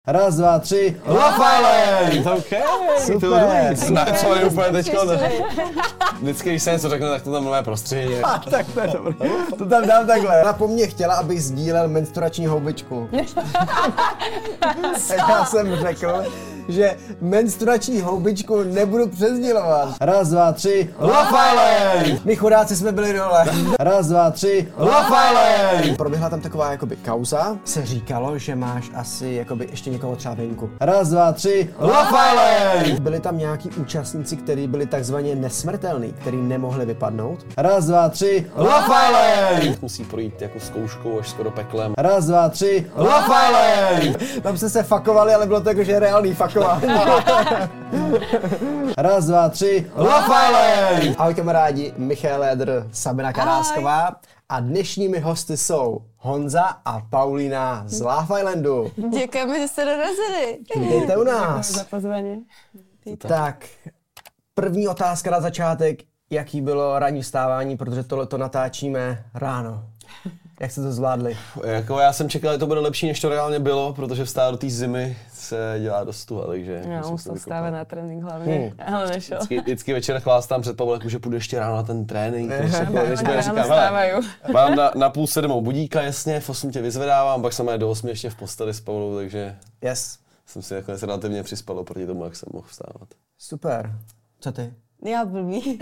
Raz, dva, tři. Love Island! OK, super. Znáčovali úplně teďko. Vždycky, když se něco řekne, tak to tam nové prostředí. Tak to je dobré. To tam dám takhle. Ona po mně chtěla, abych sdílel menstruační houbičku. Já jsem řekl, že menstruační houbičku nebudu přesdílovat. Raz, dva, tři. Love Island! My chudáci jsme byli dole. Raz, dva, tři. Love Island! Proběhla tam taková jakoby kauza. Se říkalo, že máš asi jakoby ještě někoho třeba venku. Raz, dva, tři. Love Island! Byli tam nějaký účastníci, kteří byli takzvaně nesmrtelní, kteří nemohli vypadnout. Raz, dva, tři. Love Island! Musí projít jako zkouškou až skoro peklem. Raz, dva, tři. Love Island! Tam jste se fakovali, ale bylo to jako, že reálný fakování. Raz, dva, tři. Love Island! Ahoj kamarádi, Michal Lédr, Sabina Karásková a dnešními hosty jsou Honza a Paulína z Love Islandu. Děkujeme, že jste dorazili. Vítejte u nás. Za pozvání. Tak, první otázka na začátek. Jaký bylo ranní vstávání, protože tohleto natáčíme ráno. Jak jste to zvládli? Jako já jsem čekal, že to bude lepší, než to reálně bylo, protože vstát do té zimy se dělá dost tuha, takže... Já musel stávat na trénink hlavně, ale nešel. Vždycky večer chlástám před Pavlem, že půjdu ještě ráno na ten trénink. Mám na 6:30 budíka, jasně, v 8 tě vyzvedávám, pak jsem do 8 ještě v posteli s Pavlou, takže yes. Jsem si nakonec relativně přispal oproti tomu, jak jsem mohl vstávat. Super. Co ty? Já blbý.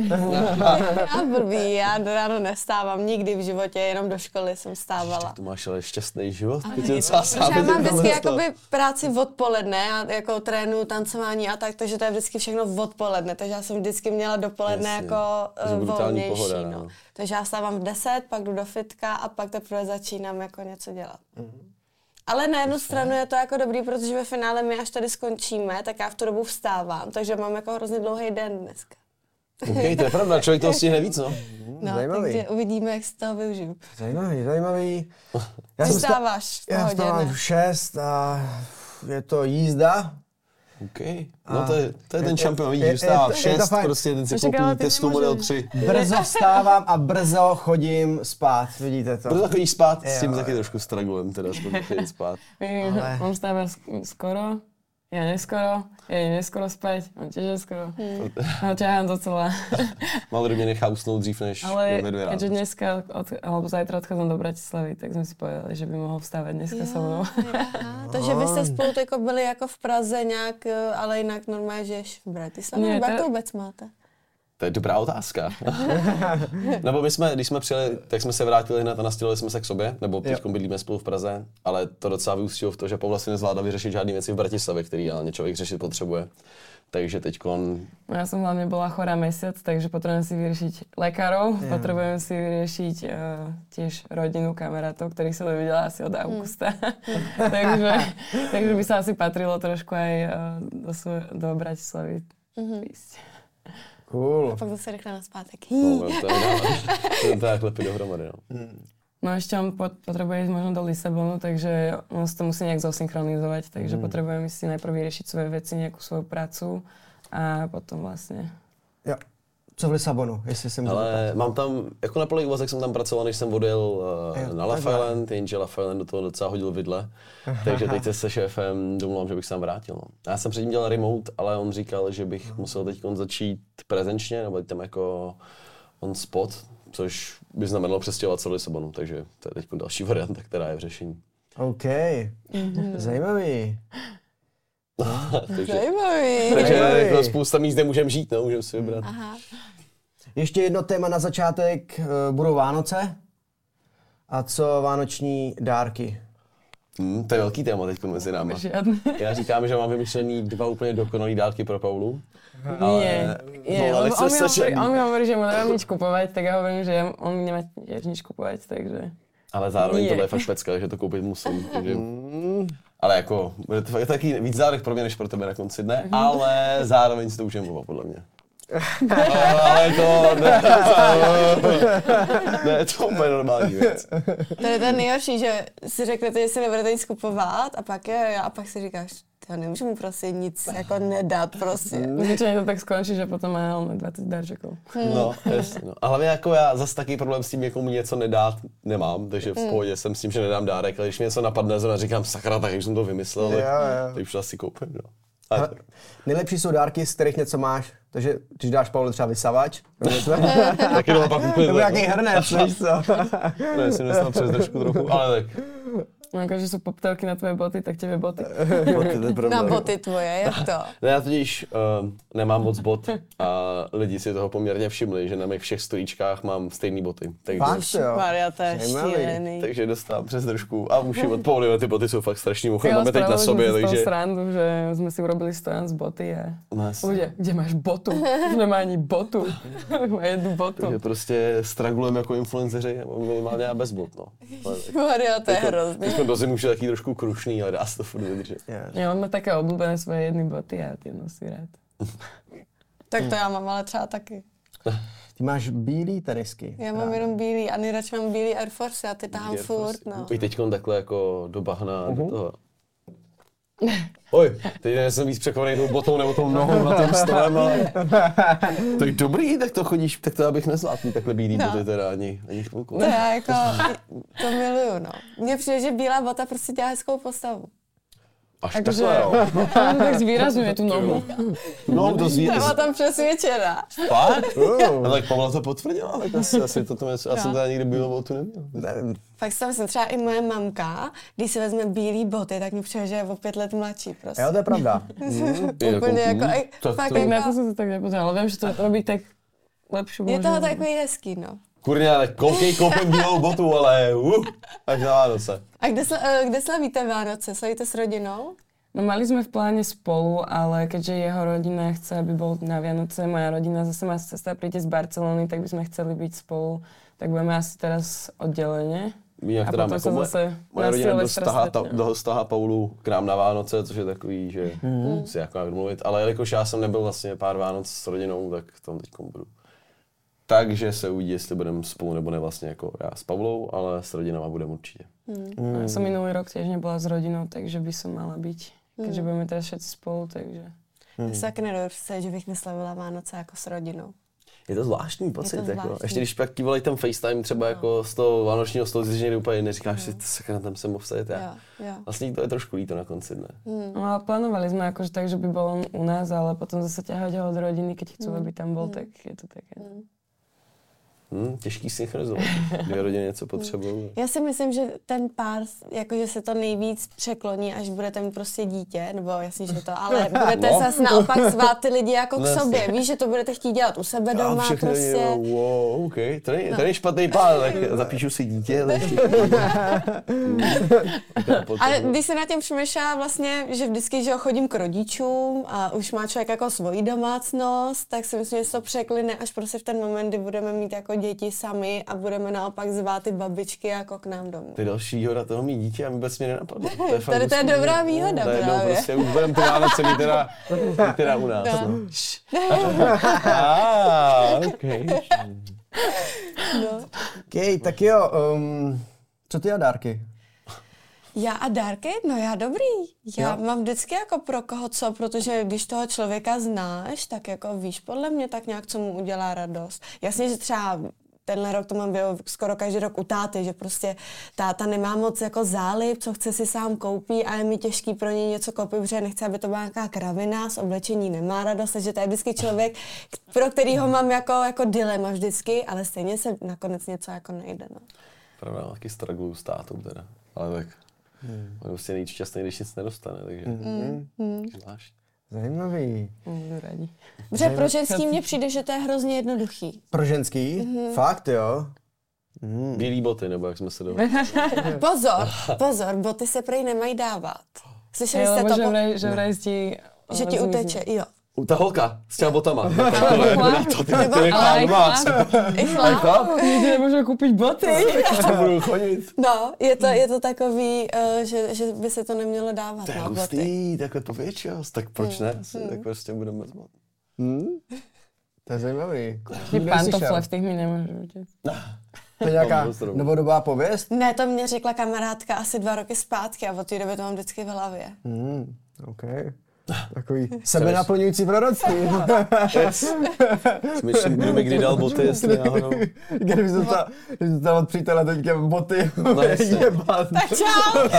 Já do ráno nestávám nikdy v životě, jenom do školy jsem stávala. Tu máš ale šťastný život. Já mám vždycky jakoby práci odpoledne, já jako trénuju tancování a tak, takže to je vždycky všechno odpoledne, takže já jsem vždycky měla dopoledne jasně. Jako volnější. Pohoda, no. Takže já stávám v 10, pak jdu do fitka a pak teprve začínám jako něco dělat. Ale na jednu stranu je to jako dobrý, protože ve finále my až tady skončíme, tak já v tu dobu vstávám, takže mám jako hrozně dlouhý den dneska. OK, to je pravda, člověk toho stihne víc, no. No, zajímavý. Takže uvidíme, jak si toho využiju. Zajímavý. Ty vstáváš v Já pohodě, vstávám ne? v 6 a je to jízda. OK, no to je ten šampion, vidíš, vstává v 6, prostě ten si koupí Teslu Model 3. Brzo vstávám a brzo chodím spát, vidíte to. Brzo chodíš spát, s tím taky trošku stragulem, teda chodit spát. On vstáva skoro, ja neskoro spať, on tiež neskoro. No ťahám docela. Malo by mě nechá usnout dřív než ale ve 2 ráno. keďže dneska, alebo zajtra odchádzam do Bratislavy, tak sme si povedali, že by mohol vstávať dneska so mnou. Takže vy jste spolu jako byli jako v Praze nějak, ale jinak normálně žiješ v Bratislavě, nebo jak to vůbec máte? To je dobrá otázka. Nebo my jsme, když jsme přijeli, tak jsme se vrátili hned a nastěhovali jsme se k sobě, nebo teď bydlíme spolu v Praze, ale to docela vyústilo v to, že Paula si nezvládla vyřešit žádné věci v Bratislavě, který ale člověk řešit potřebuje. Takže teďkon... Ja som hlavne bola chorá mesiac, takže potrebujem si vyriešiť lekárov, potrebujem si vyriešiť tiež rodinu kamarátov, ktorých som nevidela asi od augusta. takže by sa asi patrilo trošku aj do Bratislavy ísť. Cool. A pak zase rychle naspátek. No, to je takhle dohromady, no. No ešte on potrebuje ísť možno do Lisabonu, takže on si to musí nejak zosynchronizovať, takže potrebujem si najprv vyriešiť svoje veci, nejakú svoju prácu a potom vlastne... Jo. Co v Lisabonu, jestli se můžu Ale mám tam, jako na plný úvazek jsem tam pracoval, než jsem odjel na Love Island, jenže Love Island do toho docela hodil vidle, takže teď se šéfem domluvám, že bych se tam vrátil. No. Já jsem předtím dělal remote, ale on říkal, že bych musel teď začít prezenčně, nebo tam jako on spot, což by znamenalo přestěhovat se do Lisabonu, takže to je teď další varianta, která je v řešení. OK, zajímavý. Takže jako spousta míst nemůžeme žít, no, můžeme si vybrat. Aha. Ještě jedno téma na začátek, budou Vánoce. A co vánoční dárky? To je velký téma teď mezi náma. Žiadne. Já říkám, že mám vymyšlený 2 úplně dokonalý dárky pro Paulu. Nie, lebo on mi hovorí, že mu nemám nič kupovať, tak ja hovorím, že on mi nemá tiež nič kupovať, takže... Ale zároveň tohle je fakt špecka, takže to koupit musím. Takže... Ale jako, bude to taky víc dárek pro mě, než pro tebe na konci dne, ale zároveň si to užijeme oba, podle mě. Ale to ne, je to úplně normální věc. To je ten nejhorší, že si řeknete, že si nebudete nic kupovat a pak si říkáš, Já nemůžu mu prostě nic jako nedat prostě. Zvyčajně to tak skončí, že potom máme 20 darčeků. No, jasně, no. A hlavně jako já zase taky problém s tím, někomu něco nedát nemám, takže v pohodě jsem s tím, že nedám dárek, ale když mi něco napadne, zrovna říkám sakra, tak už jsem to vymyslel, tak už to asi koupím, no. Ale nejlepší jsou dárky, z kterých něco máš. Takže když dáš Paulu třeba vysavač, taky to pak úplně nebo nějaký hrnec, víš co? No, já si myslím přes držku trochu, ale tak. No, jako, že jsou poptelky na tvoje boty, tak tebe boty. Na boty tvoje, jak to? Ne, já totiž nemám moc bot a lidi si toho poměrně všimli, že na mých všech storíčkách mám stejný boty. Maria, to je šílený. Takže dostávám přes držku a musím od Pauly, ty boty jsou fakt strašný, máme teď na sobě, takže... takže... srandu, že jsme si urobili stojan z boty a... Ľudia, kde máš botu? Už nemá ani botu. Má jednu botu. Takže prostě stragulujeme jako influenceři, minimálně a bez bot, no. Maria, to je hrozný. Do zimu už je taky trošku krušný, ale dá se to furt vydržet. Já on má také oblíbené svoje jedny boty a ty nosí rád. Tak to já mám ale třeba taky. Ty máš bílý tenisky. Já mám jenom bílý a nejradši mám bílý Air Force, já ty tahám furt, no. I teďkon takhle jako do bahna, do toho. Oj, teď jsem víc překvapený tou botou nebo tou nohou na tom stolem, ale... To je dobrý, tak to chodíš, tak to já bych nezvládl takhle bílý boty teda ani chvilku. To já jako, to miluju, no. Mně přijde, že bílá bota prostě dělá hezkou postavu. Až takhle, jo. On tak zvýrazňuje tu nohu. No, to zvýrazňuje. Byla tam přesvědčená. Fakt? No tak Pavla to potvrdila, tak asi to já jsem teda nikdy bílou botu neměl. Fakt si myslím, třeba i moje mamka, když si vezme bílý boty, tak mi přijde, že je o 5 let mladší prostě. Jo, to je pravda. Úplně jako, fakt Tak na jako... to jsem se tak nepozerala, ale vím, že to robí tak lepší. Je toho takový hezký, no. Kurňa, ale koupím bílou botu, ale až na Vánoce. A kde slavíte Vánoce? Slavíte s rodinou? No mali sme v pláne spolu, ale keďže jeho rodina chce, aby bol na Vianoce, moja rodina zase má cesta, príde z Barcelony, tak by sme chceli byť spolu, tak budeme asi teraz oddelenie. A potom sa zase moje rodina dostahá Paulu k nám na Vánoce, což je takový, že si jako jak mluvit, ale jelikož já jsem nebyl vlastně pár Vánoc s rodinou, tak tam teď budu. Takže se uvidí, jestli budeme spolu nebo ne vlastně jako já s Paulou, ale s rodinama budeme určitě. Ja som minulý rok tiež nebola s rodinou, takže by som mala byť, keďže budeme teraz všetci spolu, takže... Já si taky nedovedu představit, že bych neslavila Vánoce jako s rodinou. Je to zvláštní pocit, to zvláštní. jako. Ještě když pak ti volají ten FaceTime třeba jako z toho vánočního stolu, že někdy úplně neříkáš si, sakra, tam jsem obsadit já. Vlastně to je trošku líto na konci dne. No a plánovali sme akože tak, že by bol on u nás, ale potom zase ťahať ho od rodiny, keď chcú, aby tam bol, tak je to také. Těžký synchronizovat. Dvě rodiny něco potřebují. Já si myslím, že ten pár, jakože se to nejvíc překloní, až budete mít prostě dítě, nebo jasně, že to, ale budete zase naopak zvát ty lidi jako k sobě. Víš, že to budete chtít dělat u sebe doma prostě. Wow, OK. To není špatný plán, tak zapíšu si dítě. Ale když se na tím přemýšlá vlastně, že vždycky, že chodím k rodičům a už má člověk jako svoji domácnost, tak si myslím, že se to překline až prostě v ten moment, kdy budeme mít jako děti sami a budeme naopak zvát ty babičky jako k nám domů. To je další výhoda toho mít dítě a vůbec mě nenapadlo. Tady to je dobrá výhoda právě. Prostě už budeme to Vánoce mít teda u nás. No. Okay. No. OK, tak jo, co ty a dárky? Já a dárky? No já dobrý. Já mám vždycky jako pro koho co, protože když toho člověka znáš, tak jako víš podle mě tak nějak, co mu udělá radost. Jasně, že třeba tenhle rok to mám bylo skoro každý rok u táty, že prostě táta nemá moc jako zálib, co chce si sám koupí a je mi těžký pro něj něco koupit, protože nechce, aby to byla nějaká kravina, z oblečení nemá radost, takže to je vždycky člověk, pro kterýho mám jako dilema vždycky, ale stejně se nakonec něco jako nejde. No. Pravda, taky stragluju s tátou teda, ale tak on prostě nejvíc šťastný, když nic nedostane, takže zvlášť. Zajímavý. Budu rádi. Protože pro ženský mně přijde, že to je hrozně jednoduchý. Pro ženský? Fakt, jo? Bílý boty, nebo jak jsme se dohodli. Pozor, boty se prej nemají dávat. Slyšeli Hej, jste lebo to? že vraj ti... Že ti uteče, jo. Ta holka s těma botama. Ale i chlap. Nikdy nemůžu koupit boty. Co budu chodit? No, je to takový, že by se to nemělo dávat. To je boty. hustý, takhle povětšost, tak proč ne? Tak prostě budeme zvat. To je zajímavý. Ty pantofle v těch mi nemůžu vidět. To je nějaká novodobá pověst? Ne, to mě řekla kamarádka asi 2 roky zpátky a od té doby to mám vždycky v hlavě. OK. Takový sebenaplňující proroctví. Smyšlím, kdy dal boty, jestli náhodou. Kdyby jsem dostal od přítele teďka boty, No, jebat. Tak čau!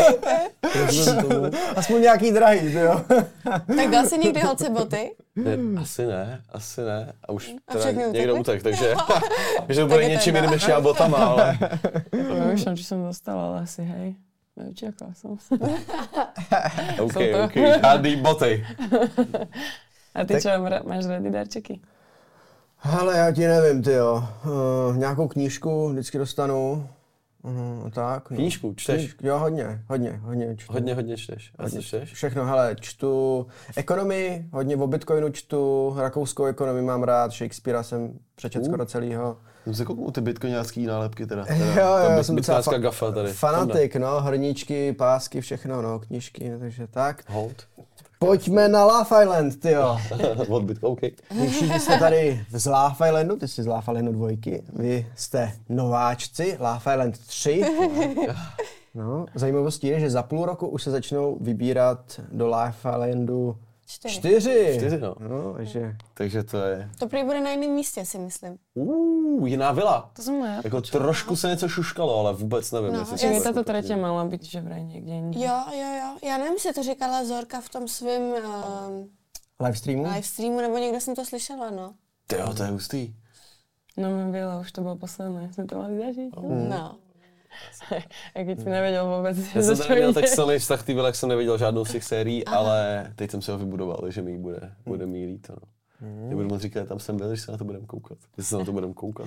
Aspoň nějaký drahý, jo. Tak dal jsi někdy holce boty? Ne, asi ne. A už teda všechny někdo utekly? utek, takže to bude něčím jiným než já botama, ale... Nevím, či som dostala, ale asi hej. Nečakala som. OK. Hádý boty. A ty čo, máš ready darčeky? Hele, já ti nevím, tyjo. Nějakou knížku vždycky dostanu. Tak. No. Knížku, čteš? Jo, hodně čtu. Hodně čteš. A co čteš? Všechno, hele, čtu ekonomii, hodně o Bitcoinu čtu, rakouskou ekonomii mám rád, Shakespearea jsem přečet skoro celýho. Jsem se koukal ty bitcoinácký nálepky teda. Jo, jsem docela gafa tady. fanatik, no, hrníčky, pásky, všechno, no, knížky, takže tak. Hold. Pojďme na Love Island, tyjo. Od Bitcoin, OK. Vy všichni jste tady z Love Islandu, ty jsi z Love Islandu 2, vy jste nováčci, Love Island 3. No, zajímavostí je, že za půl roku už se začnou vybírat do Love Islandu 4, no. No, Takže to je... To prý bude na jiném místě, si myslím. Jiná vila. To som ja. Jako trošku se něco šuškalo, ale vůbec nevím, jestli Čiže táto tretia mala byť, že vraj niekde inde. Jo. Já nevím, jestli to říkala Zorka v tom svém livestreamu, nebo někde jsem to slyšela, no. Tyjo, to je hustý. No my byla, už to bylo posledné, sme to mali zažiť. No. A keď si nevedel vôbec, Já jsem tady měl tak silný vztah ty jak jsem neviděl žádnou z těch sérií, ale teď jsem si ho vybudoval, takže mi bude mi líto. No. Nebudu moc říkat, tam jsem byl, že se na to budeme koukat. Že se na to budeme koukat.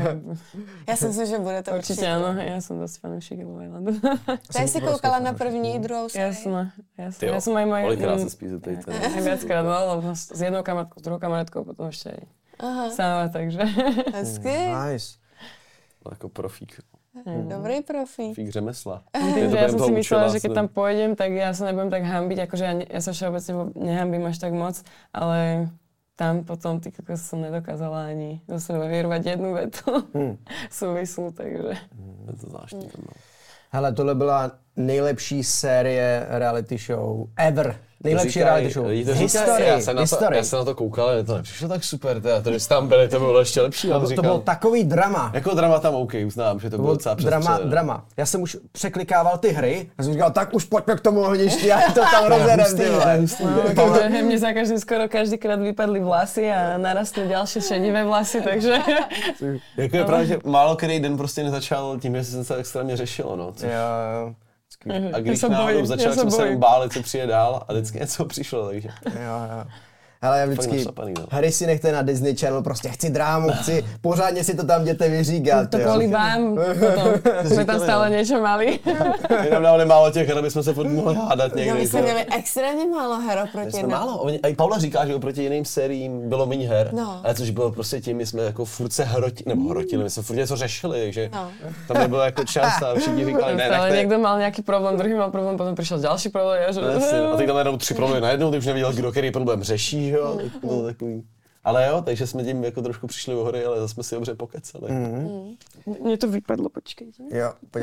Já si myslím, že bude to určite. Áno, ja som dosť fanúšik Love Islandu. Ty jsi koukala na první, druhou sérii? Jasné. Ja som aj môj... Kolikrát sa spíš tej Aj viackrát, no, lebo s jednou kamarátkou, s druhou kamarátkou, potom ešte aj sama, takže... Hezky. Nice. Jako profík. Dobrý profík. Profík řemesla. Tým, že ja som si myslela, že keď tam pôjdem, tak ja sa nebudem tak hanbiť, akože ja sa všeobecne nehambím až tak moc, ale tam potom ty kokos som nedokázala ani do seba vyrvať jednu vetu súvislú, takže... Je to zvláštní. Hele, tohle byla nejlepší série reality show ever. Nejlepší reality show v historii. Já jsem na to koukal, ale to nepřišlo tak super, teda, to, když tam byli, to bylo ještě lepší. To bylo takový drama. Jako drama tam OK, uznám, že to bylo docela drama. Já jsem už překlikával ty hry a jsem říkal, tak už pojďme k tomu ohništi, já to tam rozjedem, ty vole. Takže mne za skoro každýkrát vypadli vlasy a narastli ďalšie šedivé vlasy, takže... Jako je pravda, že málo který den prostě nezačal tím, že jsem se extrémně řešilo, no. Jo. A když náhodou začal, jsem se báli, co přijde dál a vždycky něco přišlo, takže... Jo. Hele, já vždycky, hry si nechte na Disney Channel, prostě chci drámu, pořádně si to tam jděte vyříkat. To kvôli vám, potom sme tam stále niečo mali. My nám dávali málo těch her, aby jsme se furt mohli hádat někdy. No, my jsme měli extrémně málo her oproti nám. Málo, a i Paula říká, že oproti jiným sériím bylo méně her, ale což bylo prostě tím, my jsme jako furt se hrotili, my jsme furt něco řešili, takže tam nebylo jako čas a všichni říkali, ne, ale někdo mal nějaký problém, druhý mal problém, potom přišel další problém. A teď tam najednou 3 problémy najednou, ty už nevěděl, kdo který problém řeší. Jo, bylo takový. Ale jo, takže jsme tím jako trošku přišli o hory, ale zase jsme si dobře pokecali. Mně to vypadlo, počkejte. Jo, pojď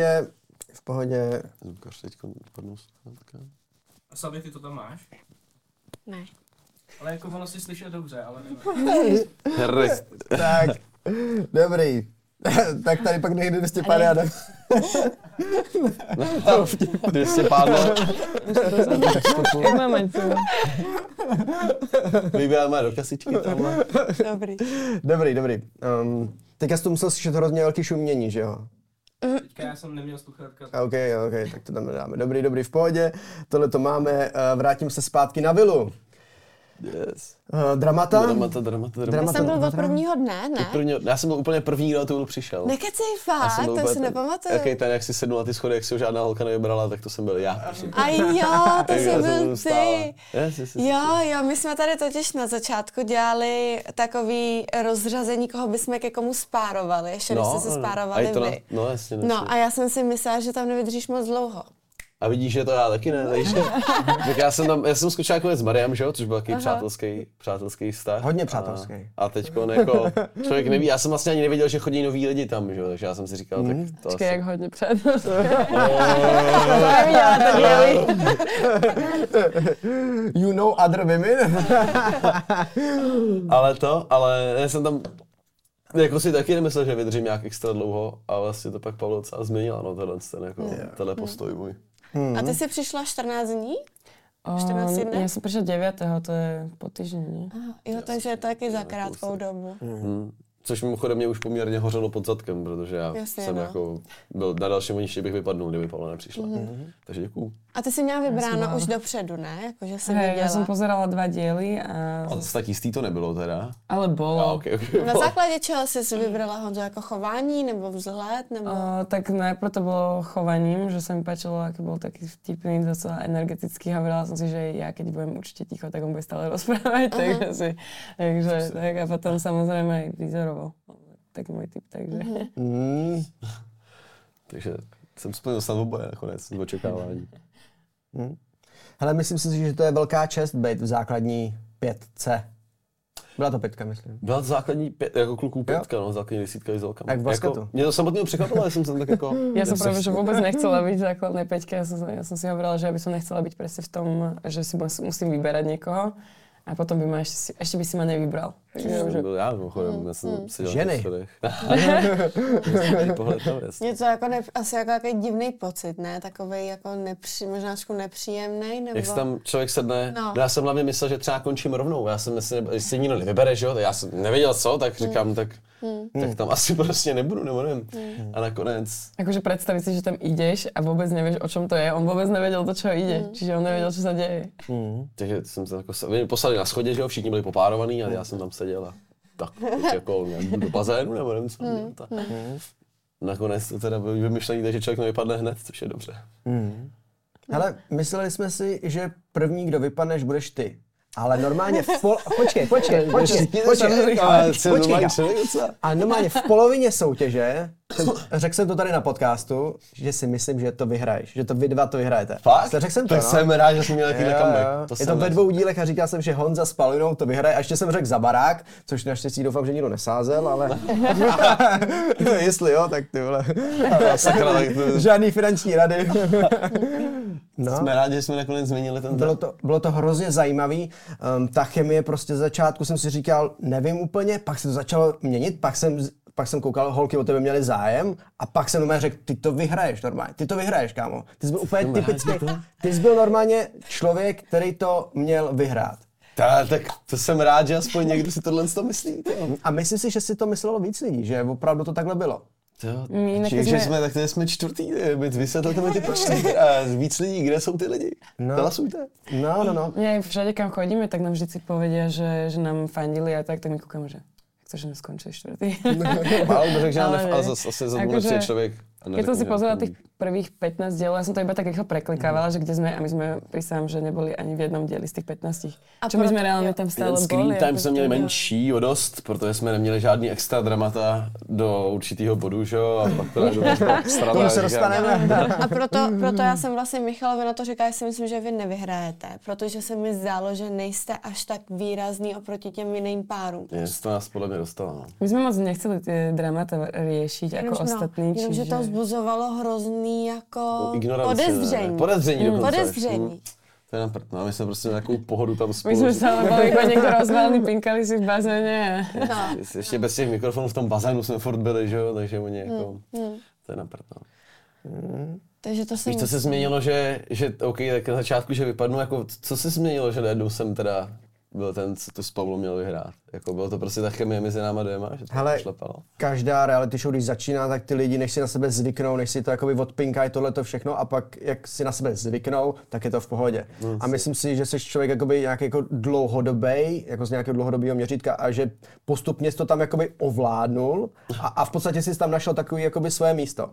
v pohodě. Lukáš teďko vypadnou. A Savi, ty to tam máš? Ne. Ale jako ono si slyšet dobře, ale nevím. Tak, dobrý. Tak tady pak někdy 250. 250. Jak máme tu? Vybíráme do kasičky tamhle. Dobrý. Teďka jsi to musel slyšet hrozně velký šumění, že jo? Teďka já jsem neměl sluchátka. OK, tak to tam dáme. Dobrý, v pohodě. Tohle to máme, vrátím se zpátky na vilu. Yes. Dramata? Já jsem byl od prvního dne, ne? Já jsem byl úplně první, kdo na tu přišel. Nekecej fakt, to si nepamatuju. Jaký ten, jak jsi sednul na ty schody, jak si ho žádná holka nevybrala, tak to jsem byl já. A jo, to jsi byl ty. Yes. Jo, my jsme tady totiž na začátku dělali takový rozřazení, koho bychom ke komu spárovali, ještě než jste se spárovali vy. No jasně. No a já jsem si myslela, že tam nevydržíš moc dlouho. A vidíš, že to já taky ne, takže tak já jsem skočil nakonec s Mariam, že jo, což byl takový přátelský vztah. Hodně přátelský. A teďko jako člověk neví, já jsem vlastně ani nevěděl, že chodí noví lidi tam, že jo, takže já jsem si říkal, tak to Počkej, asi... jak hodně přátelství. You know other women? ale já jsem tam jako si taky nemyslel, že vydržím nějak extra dlouho, a vlastně to pak Pavlo docela změnila, no tenhle postoj můj. A ty jsi přišla 14 dní? 14 dní? Já jsem přišla 9. to je po týdni, ne? Jo, takže je to taky za krátkou dobu. Což mimochodem mě už poměrně hořelo pod zadkem, protože já jsem jako byl na dalším voništi, bych vypadnul, kdyby Pavla nepřišla. Takže děkuju. A ty jsi měla vybráno už dopředu, ne? Jako, že jsi viděla. Já jsem pozerala 2 diely a... Ale tak jistý to nebylo teda? Ale bolo. Okay. Na základě čeho jsi vybrala, Honzo, jako chování nebo vzhled? Nebo... Tak najprv to bolo chovaním, že sa mi páčilo, aký bol taký vtipný, docela energetický. Hovorila som si, že ja keď budem určite ticho, tak on bude stále rozprávať. Takže tak a potom samozrejme aj výzorovo. Tak môj typ, takže. Takže jsem splnil sám oboje nakonec z očekávání. Hele, myslím si, že to je velká čest být v základní 5C. Byla to 5, myslím. Byla to základní 5, jako kluků 5, no, základní 10 s holkama. Jak v basketu. Jako, mě to samotného překvapilo, že jsem tak jako... Ja som práve, že vôbec nechcela byť v základnej 5. Ja som si hovorila, že ja by som nechcela byť presne v tom, že si musím vyberať niekoho. A potom by ma ešte by si ma nevybral. Byl já, mimochodem, já jsem seděl ženy. na schodech. Něco jako asi jako jaký divný pocit, ne? Takovej jako možná nepříjemný, nebo... Jak se tam člověk sedne, no. Já jsem hlavně myslel, že třeba končím rovnou. Já jsem myslel, že si nikdo nevybere, že jo? Já jsem nevěděl co, tak říkám, tak tam asi prostě nebudu, nebo nevím. A nakonec... Akože predstaviť si, že tam ideš a vôbec nevieš, o čom to je. On vôbec nevedel to, čo ide. Čiže on nevedel, čo sa deje. Takže jsem se jako poslali na schodě, že jo? Všichni byli popárovaní a já jsem tam seděl a tak jako jdu do bazénu, nebo nevím, co mám dělat. Nakonec to teda bylo vymyšlení, že člověk nevypadne hned, což je dobře. Hele, mysleli jsme si, že první, kdo vypadneš, budeš ty. Ale normálně Počkej. A normálně v polovině soutěže, řekl jsem to tady na podcastu, že si myslím, že to vyhraješ, že to vy dva to vyhrajete. Fakt? Řekl jsem to, tak jsem rád, že jsme měli takový comeback. Je to ve 2 dílech a říkal jsem, že Honza s Paulinou to vyhraje. A ještě jsem řekl za barák, což naštěstí doufám, že nikdo nesázel, ale... Jestli jo, tak ty vole. Žádný finanční rady. No. Jsme rádi, že jsme nakonec změnili ten Bylo to hrozně zajímavý. Ta chemie prostě z začátku jsem si říkal, nevím úplně, pak se to začalo měnit, pak jsem koukal, holky o tebe měly zájem a pak jsem normálně řekl, ty to vyhraješ normálně, ty to vyhraješ, kámo. Ty jsi byl úplně typický, ty jsi byl normálně člověk, který to měl vyhrát. Tak to jsem rád, že aspoň někdo si tohle myslí. A myslím si, že si to myslelo víc lidí, že opravdu to takhle bylo. Čiže jsme čtvrtý, vysvětlete mi ty počty a víc lidí, kde jsou ty lidi? Hlasujte. No. Ja všade, kam chodíme, tak nám vždycky povedia, že nám fandili a tak my kúkam, že chceš, že sme skončili čtvrtý. Ale řekl, že ale zase zadmulečný človek. Keď som si pozerala tých prvých 15 dielov, ja som to iba tak rýchlo preklikávala, že kde sme, a my sme prísahám, že neboli ani v jednom dieli z těch 15. Čo my sme reálne tam stále boli. Screen time jsme měli menší o dost, protože jsme neměli žádný extra dramata do určitého bodu, že jo, a pak to extra. Tomu se dostaneme. A proto já jsem vlastně Michalovi na to říkala, že si myslím, že vy nevyhrajete, protože se mi zdálo, že nejste až tak výrazný oproti těm jiným párům. To nás podle mě dostalo. No. My jsme moc nechceli ty dramata riešiť jako ostatní. Jenomže to vzbuzovalo hrozný jako podezření. Podezření. To je na prd, no. My jsme prostě nějakou pohodu tam spolu. My jsme se ale boli iba někdo rozvalný, pinkali si v bazéně. No. Ještě bez těch mikrofonů v tom bazénu jsme furt byli, že jo, takže oni jako, to je na prd, no. Takže to Víš, co se změnilo, že OK, tak na začátku, že vypadnu, jako, co se změnilo, že najednou jsem teda byl ten, co to s Pavlou měl vyhrát. Jako bylo to prostě ta chemie mezi náma dvěma, že to šlepalo. Každá reality show, když začíná, tak ty lidi, než si na sebe zvyknou, než si to jakoby odpinkají tohleto všechno a pak, jak si na sebe zvyknou, tak je to v pohodě. A myslím si, že jsi člověk jakoby nějaký jako dlouhodobý, jako z nějakého dlouhodobého měřítka a že postupně jsi to tam jakoby ovládnul a v podstatě jsi tam našel takový jakoby své místo.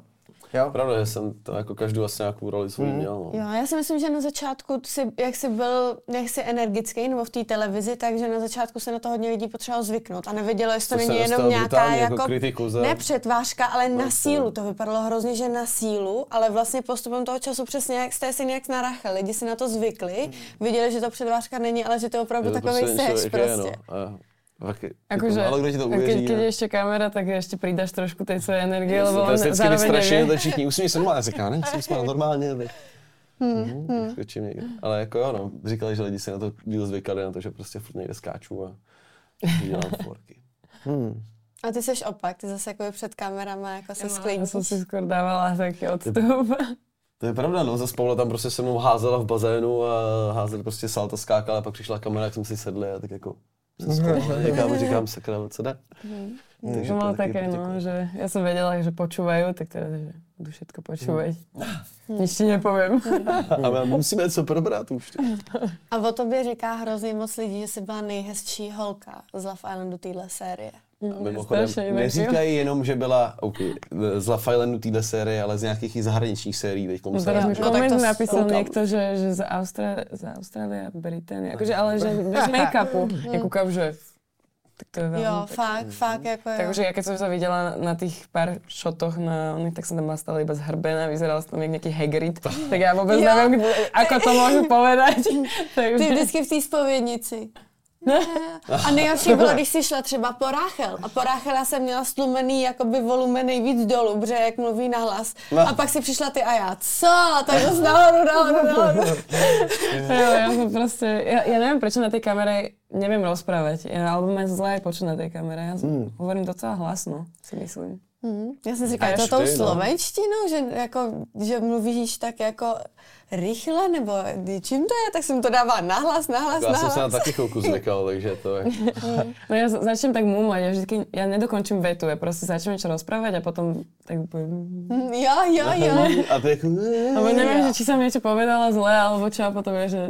Jo? Pravda, že jsem to jako každou asi nějakou roli svůj měl. No. Jo, já si myslím, že na začátku, jak jsi energický nebo v té televizi, takže na začátku se na to hodně lidí potřebovalo zvyknout a nevědělo, jestli to není jenom nějaká jako ne přetvářka, ale na sílu. To vypadalo hrozně, že na sílu, ale vlastně postupem toho času přesně jak jste si nějak narachli. Lidi si na to zvykli, viděli, že to přetvářka není, ale že to opravdu takovej seš prostě. Akože, keď je ešte kamera, tak ešte pridáš trošku tej svojej energie, lebo on zároveň nevie. To všichni usmí se normálně, říká, ne? Jsem smál normálně, tak skočím někde. Ale jako jo, no, říkali, že lidi si na to díl zvykali, na to, že prostě furt někde skáču a dělám forky. A ty seš opak, ty zase jako před kamerama jako se sklidíš. Já jsem si skoro dávala taký odstup. To je pravda, no, zase Paula tam prostě se mnou házela v bazénu a házeli prostě salto, skákala a pak přišla kamera, jak jsme si sedli a tak jako někam říkám, sakra, co jde. Takže to také, no, že ja som vedela, že počúvajú, tak teda, že budú všetko počúvať. Nič ti nepoviem. Ale musíme něco probrat už. A o tobě říká hrozně moc lidí, že jsi byla nejhezčí holka z Love Islandu téhle série. A mimochodem, neříkají jenom, že byla z Love Islandu téhle série, ale z nějakých i zahraničních sérií. No teraz mi koment napísal niekto, že z Austrálie a Británie, akože, ale že bez make-upu. Ja kúkam, že tak to je veľmi jo, pekné. fakt, jako jo. Takže ja keď som sa videla na tých pár šotoch, tak som tam bola stále iba zhrbená, vyzerala som tam jak nejaký Hagrid, tak ja vôbec neviem, ako to môžu povedať. Ty vždycky v té zpovědnici. A nejhorší bylo, když jsi šla třeba po Ráchel. A po Ráchel já jsem měla stlumený jakoby volumen nejvíc dolů, protože jak mluví nahlas. A pak si přišla ty a já, co? Tak to nahoru. Jo, ja som proste, ja neviem, prečo na tej kamere neviem rozprávať, alebo mám zle počuť na tej kamere. Ja hovorím docela hlasno, si myslím. Já jsem si říkala, to tou slovenštinou, že mluvíš tak jako rychle, nebo čím to je, tak jsem to dávala nahlas. Já jsem se na taky chvilku zvykal, takže to je... No ja začnem tak mumlať, ja nedokončím vetu, ja proste začnem niečo rozprávať a potom tak poviem... Jo. A to je jako... Lebo neviem, že či som niečo povedala zle, alebo čo, a potom je, že...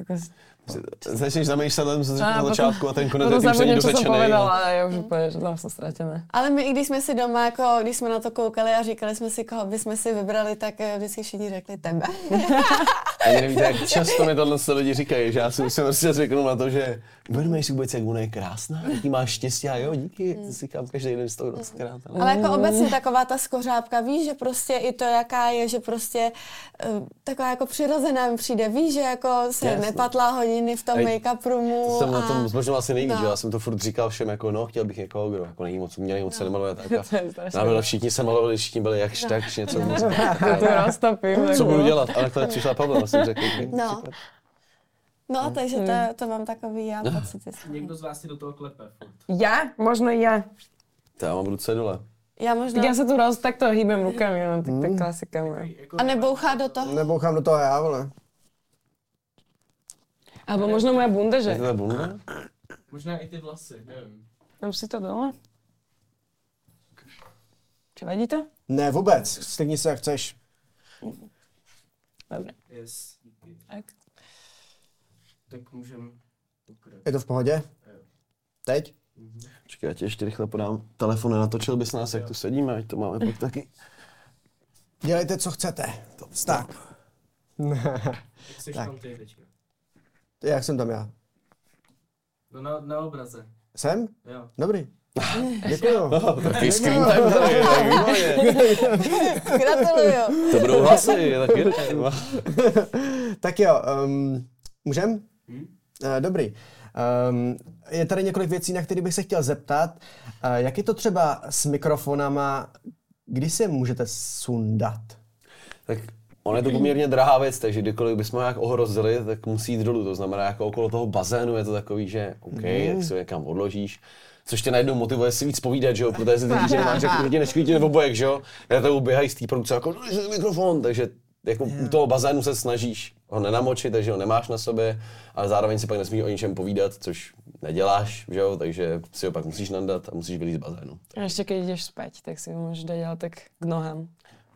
Začneš zamýšlet, co řekl na začátku a ten konec je tím pření dořečený. Potom povedala a já už No. úplně, že tam jsem ztratěná. Ale my, i když jsme si doma, jako, když jsme na to koukali a říkali jsme si, koho bychom si vybrali, tak vždycky všichni řekli tebe. Ani nevíte, jak často mi tohle lidi říkají, že já si musím prostě zvyknout na to, že uvědomuješ si vůbec, jak ona je krásná, jaký máš štěstí a jo, díky, to si říkám každý den z toho 20krát. Ale jako obecně taková ta skořápka, víš, že prostě i to, jaká je, že prostě taková jako přirozená mi přijde, víš, že jako se nepatlá hodiny v tom make-up roomu. To jsem na tom zbožňoval asi nejvíc, že já jsem to furt říkal všem, jako no, chtěl bych někoho, kdo jako není moc umělej, moc se nemaluje tak. A všichni se malovali, všichni byli jakž tak, něco moc. Co budu dělat? Ale tady přišla Pavla, jsem řekl. No, takže to mám takový já pocity. Někdo z vás si do toho klepe furt. Já? Možno já. Já mám ruce dole. Já se tu takto hýbem rukami, no, tak klasika. A nebouchá do toho? Nebouchám do toho já, vole. Alebo možno moja bunda, že? Je to bunda? Možná i ty vlasy, nevím. Dám si to dole. Či vadí to? Ne, vůbec. Stigni se, jak chceš. Dobre. Yes, díky. Tak můžem pokračovat. Je to v pohodě? Teď? Počkej, já ti ještě rychle podám telefon, natočil bys nás, jak tu sedíme, ať to máme pak taky. Dělejte, co chcete. Tak. Jak jsi tam ty teďka? Jak jsem tam já? No na obraze. Jsem? Jo. Dobrý. Děkuju. Taky screen time tady, tak výborně. Gratuluju. To budou hlasy, tak jde. Tak jo, můžem? Dobrý. Je tady několik věcí, na které bych se chtěl zeptat. Jak je to třeba s mikrofonama, kdy se můžete sundat? Tak on je to poměrně drahá věc, takže kdykoliv bychom ho nějak ohrozili, tak musí jít dolů. To znamená, jako okolo toho bazénu je to takový, že OK, jak si ho někam odložíš, což tě najednou motivuje si víc povídat, že jo, protože si teď, že nemáš jako lidi neškvítí nebo obojek, že jo, já to uběhají z té produkce jako mikrofon, takže jako u toho bazénu se snažíš ho nenamočit, takže ho nemáš na sobě, ale zároveň si pak nesmíš o ničem povídat, což neděláš, že jo, takže si ho pak musíš nandat a musíš vylít z bazénu. A ještě když jdeš spať, tak si ho můžeš dát ale tak k nohám.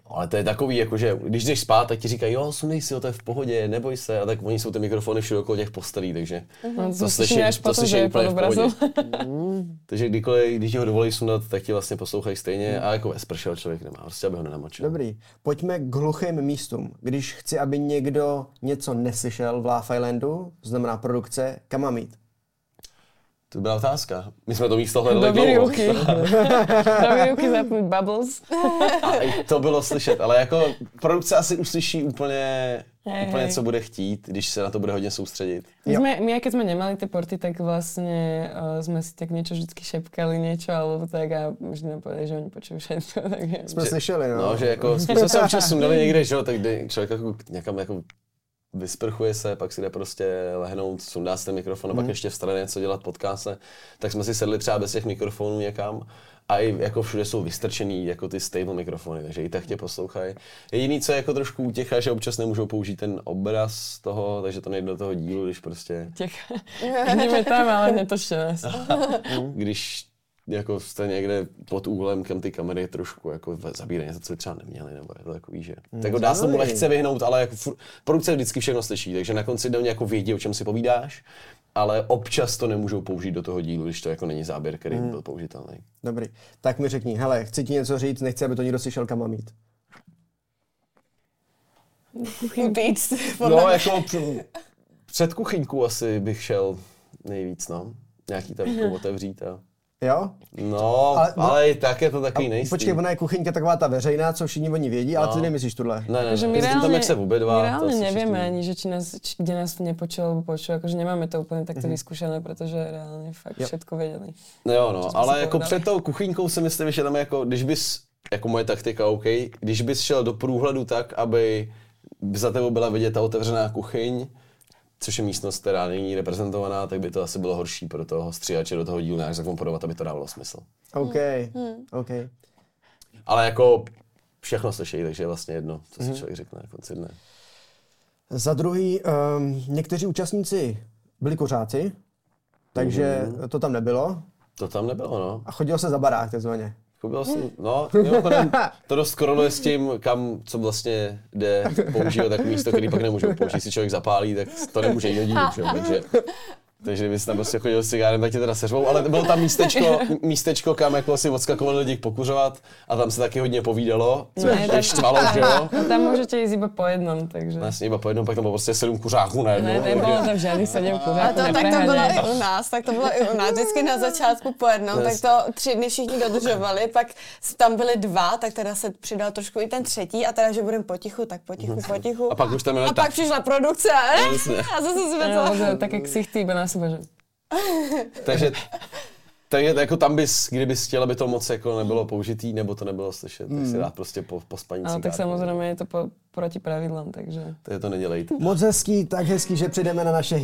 Ale to je takový, jakože když jdeš spát, tak ti říkají, jo, sundej si ho, to je v pohodě, neboj se, a tak oni jsou ty mikrofony všude okolo těch postelí, takže to slyší úplně v pohodě. Takže kdykoliv, když ti ho dovolí sundat, tak ti vlastně poslouchají stejně a jako espršel člověk nemá, prostě aby ho nenamočil. Dobrý, pojďme k hluchým místům. Když chci, aby někdo něco neslyšel v Laugh Islandu, znamená produkce, kam mám jít? To byla otázka. My jsme to místo hledali dlouho. Do výruky zapnut Bubbles. A i to bylo slyšet, ale jako produkce asi uslyší úplně co bude chtít, když se na to bude hodně soustředit. My keď sme nemali tie porty, tak vlastne sme si tak niečo vždycky šepkali niečo, alebo tak a možná nám povedali, že oni počujú všetko. Jsme slyšeli, no. No, že jako jsme se občas sundali někde, že jo, tak kdy člověk jako někam jako vysprchuje se, pak si jde prostě lehnout, sundá si ten mikrofon a pak ještě vstane něco dělat podcaste, tak jsme si sedli třeba bez těch mikrofonů někam a i jako všude jsou vystrčený jako ty stable mikrofony, takže i tak tě poslouchají. Jediný, co je jako trošku útěcha, že občas nemůžou použít ten obraz toho, takže to nejde do toho dílu, když prostě... Vidíme tam, ale netočte nás. Když jako jste někde pod úhlem, kam ty kamery trošku jako zabírají něco, co by třeba neměli, nebo je to takový, že... Tak dá se tomu lehce vyhnout, ale jako produkce vždycky všechno slyší, takže na konci dne jako vědí, o čem si povídáš, ale občas to nemůžou použít do toho dílu, když to jako není záběr, který byl použitelný. Dobrý, tak mi řekni, hele, chci ti něco říct, nechci, aby to někdo slyšel, kam mám jít. Beats. No, jako před kuchyňku asi bych šel nejvíc, no. Nějaký tam otevřít a... Jo? No, ale i tak je to takový nejistý. Počkej, ona je kuchyňka taková ta veřejná, co všichni oni vědí, ale ty nemyslíš tuhle. Ne, my tam, jak se obědvá. My reálne nevieme ani, že kde nás nepočul alebo počul, akože nemáme to úplně takto vyskúšané, protože reálne fakt všetko věděli. No, ale jako před tou kuchyňkou si myslím, že tam jako, když bys, jako moje taktika, OK, když bys šel do průhledu tak, aby za tebou byla vidět ta otevřená kuchyň, což je místnost, která není reprezentovaná, tak by to asi bylo horší pro toho stříhače do toho dílu nějak zakomponovat, aby to dávalo smysl. OK. Ale jako všechno slyší, takže je vlastně jedno, co si člověk řekne na konci dne. Za druhý, někteří účastníci byli kuřáci, takže to tam nebylo. To tam nebylo, no. A chodilo se za barák, takzvaně. To dost koreluje s tím, kam, co vlastně jde používat tak místo, který pak nemůžou použít. Si člověk zapálí, tak to nemůže jít do dílu, takže kdyby si tam prostě chodil s cigárem, tak tě teda seřvou, ale bylo tam místečko, kam jako si odskakovali lidi pokuřovat a tam se taky hodně povídalo, co je štvalo, že jo? Tam můžete jít iba po jednom, takže... Vlastně iba po jednom, pak tam bylo prostě 7 kuřáků najednou. Ne, nebylo tam žádných 7 kuřáků, tak to bylo i u nás, vždycky na začátku po jednom, tak to 3 dny všichni dodržovali, pak tam byly 2, tak teda se přidal trošku i ten třetí a teda, že budeme potichu, tak potichu. A pak už tam pak přišla produkce a zase jsme to... Tak jak si chtějí, iba na sebe, že... Takže jako tam bys, kdybys chtěl, aby to moc jako nebylo použitý, nebo to nebylo slyšet, tak si dát prostě po spaní cigár. Tak samozřejmě je to proti pravidlám, takže... To nedělejte. Moc hezký, tak hezký, že přijdeme na naše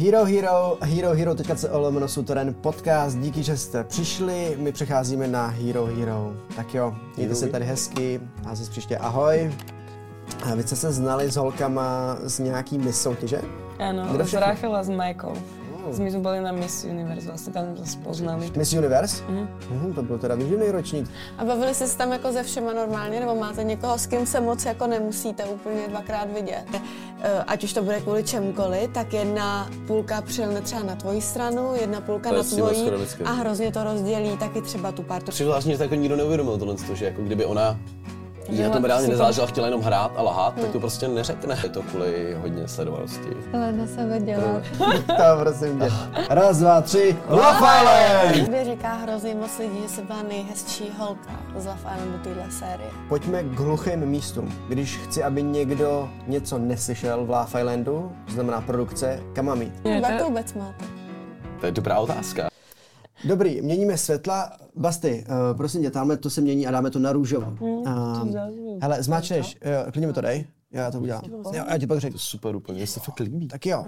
herohero.co/suterén podcast. Díky, že jste přišli, my přecházíme na Hero Hero. Tak jo, mějte se tady hezky a zase příště ahoj. A vy jste se znali s holkama z nějaký Miss soutěže? Ano, s Rachel a s Michael. My jsme byli na Miss Universe, vlastně tam jsme se poznali. Miss Universe? To byl teda výživný ročník. A bavili jste se tam jako ze všema normálně, nebo máte někoho, s kým se moc jako nemusíte úplně 2krát vidět? Ať už to bude kvůli čemkoliv, tak jedna půlka přilne třeba na tvoji stranu, jedna půlka na tvojí a hrozně to rozdělí taky třeba tu partu. Přivláštně, že to jako nikdo neuvědomil tohle, že jako kdyby ona jí na tom reálně nezáležela, chtěla jenom hrát a lhát, tak to prostě neřekne. Je to kvůli hodně sledovanosti. Ale na sebe dělat. To prosím tě. 1, 2, 3, Love Island! Mě říká hrozně moc lidí, že jsi byla nejhezčí holka z Love Islandu téhle série. Pojďme k hluchým místům. Když chci, aby někdo něco neslyšel v Love Islandu, znamená produkce, kam mám jít? Jak to vůbec máte? To je dobrá otázka. Dobrý, měníme světla. Basty, prosím tě, tamhle to se mění a dáme to na růžovo. Hele, zmáčneš, klidně mi to dej, já to udělám. Jo, já ti pak řeknu. Super úplně, se fakt líbí. Tak jo.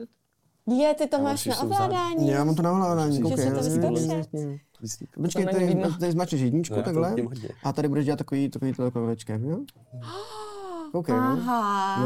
Ty to máš na ovládání. Já mám to na ovládání, koukej. Počkej, tady zmáčneš jedničku takhle a tady budeš dělat takový kolečkem, jo? Koukej, no.